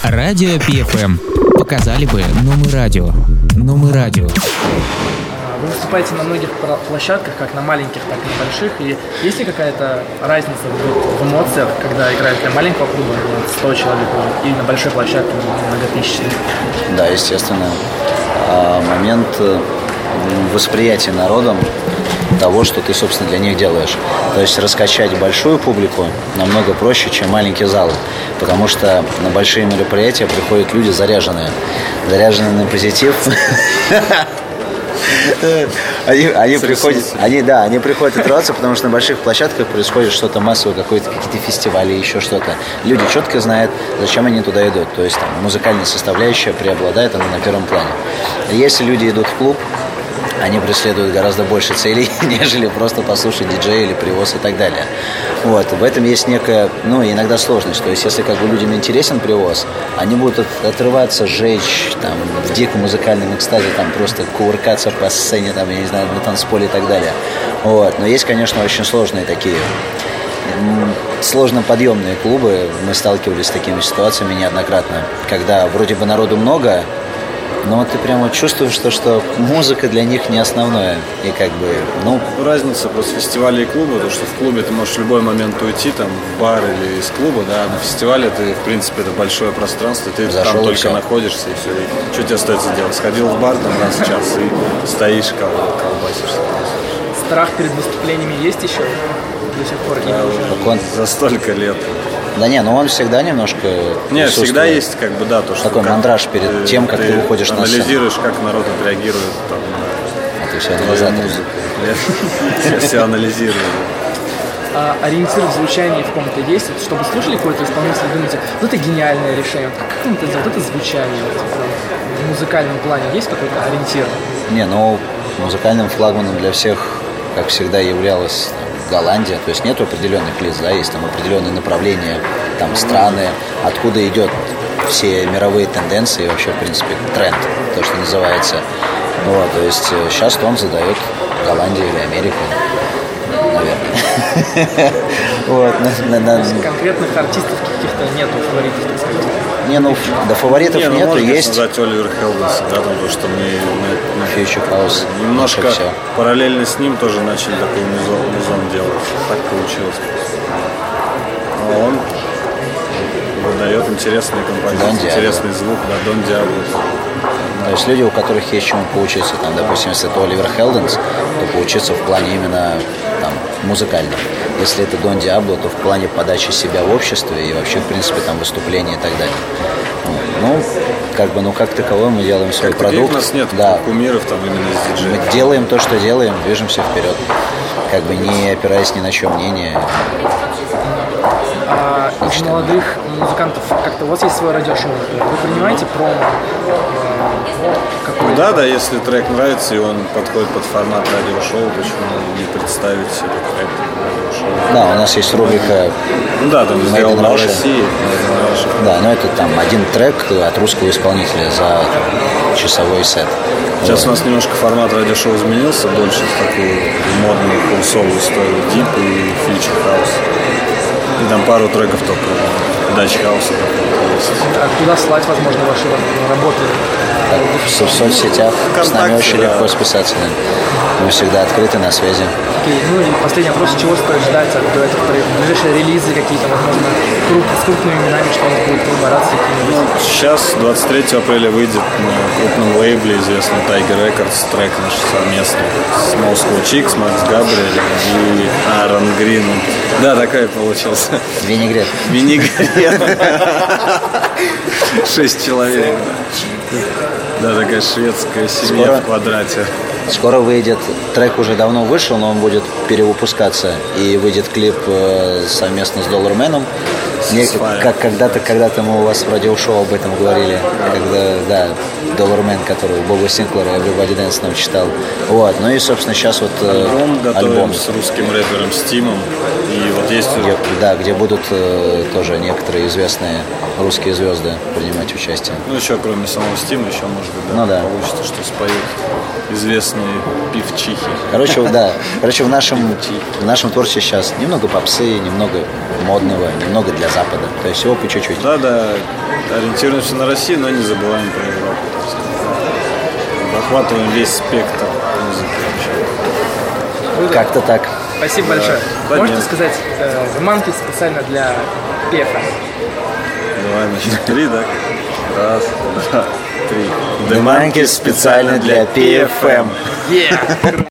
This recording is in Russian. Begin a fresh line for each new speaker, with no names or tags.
Радио PFM. Показали бы, но мы радио. Но мы радио.
Вы выступаете на многих площадках, как на маленьких, так и на больших. И есть ли какая-то разница в эмоциях, когда играют для маленького клуба 100 человек и на большой площадке многотысячной?
Да, естественно. Момент восприятия народом того, что ты, собственно, для них делаешь. То есть раскачать большую публику намного проще, чем маленькие залы. Потому что на большие мероприятия приходят люди заряженные на позитив. Они приходят отрываться, потому что на больших площадках происходит что-то массовое, какие-то фестивали, еще что-то. Люди четко знают, зачем они туда идут. То есть там музыкальная составляющая преобладает, она на первом плане. Если люди идут в клуб, они преследуют гораздо больше целей, нежели просто послушать диджея или привоз и так далее. Вот. В этом есть некая, иногда сложность. То есть, если людям интересен привоз, они будут отрываться, жечь, там, в диком музыкальном экстазе, там, просто кувыркаться по сцене, там, я не знаю, на танцполе и так далее. Вот. Но есть, конечно, очень сложные такие, сложноподъемные клубы. Мы сталкивались с такими ситуациями неоднократно, когда вроде бы народу много, но ты прямо чувствуешь, что музыка для них не основное. И
разница просто фестиваля и клуба, то что в клубе ты можешь в любой момент уйти, там, в бар или из клуба, да, на фестивале ты, в принципе, это большое пространство, ты
зашел,
там только
все.
Находишься, и все. И что тебе остается делать? Сходил в бар там раз в час и стоишь, колбасишься.
Страх перед выступлениями есть еще до сих пор?
За столько лет.
Да не, он всегда немножко
Нет, всегда есть, то, что...
Такой мандраж перед тем, как ты выходишь на сцену.
Анализируешь, как народ отреагирует. Там,
ты все анализатор.
Я все анализирую.
А ориентир в звучании в ком-то есть? Вот, чтобы слушали какой-то исполнитель, думаете, это гениальное решение. Как он это сделал? Это звучание. В музыкальном плане есть какой-то ориентир?
Музыкальным флагманом для всех, как всегда, являлась Голландия, то есть нет определенных лиц, да, есть там определенные направления, там страны, откуда идет все мировые тенденции, вообще, в принципе, тренд, то, что называется. Вот, то есть сейчас тон задает Голландия или Америка, наверное.
Конкретных артистов каких-то нету, фаворитов, так сказать?
Фаворитов нету, есть.
Сказать Оливер Хелденс, да, то, что мы
Future House.
Немножко параллельно с ним тоже начали такой музон делать. Так получилось. А он выдает интересные композиции, интересный звук, да, Дон Диабло.
То есть люди, у которых есть чему поучиться, там, допустим, если это Оливер Хелденс, то поучиться в плане именно там, музыкальном. Если это Дон Диабло, то в плане подачи себя в обществе и вообще, в принципе, там выступления и так далее. Как таковой мы делаем свой продукт.
У нас нет кумиров там именно из диджеев.
Мы делаем то, что делаем, движемся вперед, не опираясь ни на чье мнение.
Из молодых музыкантов как-то у вас есть свое радиошоу, вы принимаете промо?
Да, если трек нравится и он подходит под формат радиошоу, почему не представить этот трек радиошоу?
Да, у нас есть рубрика
там
Made in Russia.
России.
Да, это там один трек от русского исполнителя за часовой сет.
Сейчас у нас немножко формат радиошоу изменился, больше в такую модную пулсовую историю, дип и фьючер хаус. И там пару треков только дач хауса.
А куда слать, возможно, ваши работы?
В соцсетях с нами очень легко списаться. Мы всегда открыты, на связи.
Окей, и последний вопрос, чего стоит ждать от этих ближайшие релизы какие-то, возможно, с крупными именами, что у нас будет коллаборации какие-нибудь?
Сейчас, 23 апреля, выйдет на крупном лейбле, известный Tiger Records, трек наш совместный с Moscow Chicks, Макс Габриэль и Аарон Грин. Да, такая получился.
Винегрет.
6 человек. Да, такая шведская семья в квадрате.
Скоро выйдет, трек уже давно вышел, но он будет перевыпускаться. И выйдет клип совместно с Долларменом. Как когда-то мы у вас в радиошоу об этом говорили. Когда, Доллармен, который Боба Синклера Everybody Dance нам читал. Вот. И, собственно, сейчас
альбом готовим с русским рэпером Стимом. И есть...
Где будут тоже некоторые известные русские звезды принимать участие.
Еще кроме самого Стима, еще, может быть, получится, что споют известные певчихи.
Короче, в нашем творчестве сейчас немного попсы, немного модного, немного для Запада. То есть всего по чуть-чуть.
Да, ориентируемся на Россию, но не забываем про Европу. Охватываем весь спектр музыки.
Как-то так.
Спасибо большое.
Да,
Можете
нет.
сказать заманки специально для Пефа?
Давай на счет 3, да? Раз, два, три.
Деманки специально для PFM.
Yeah.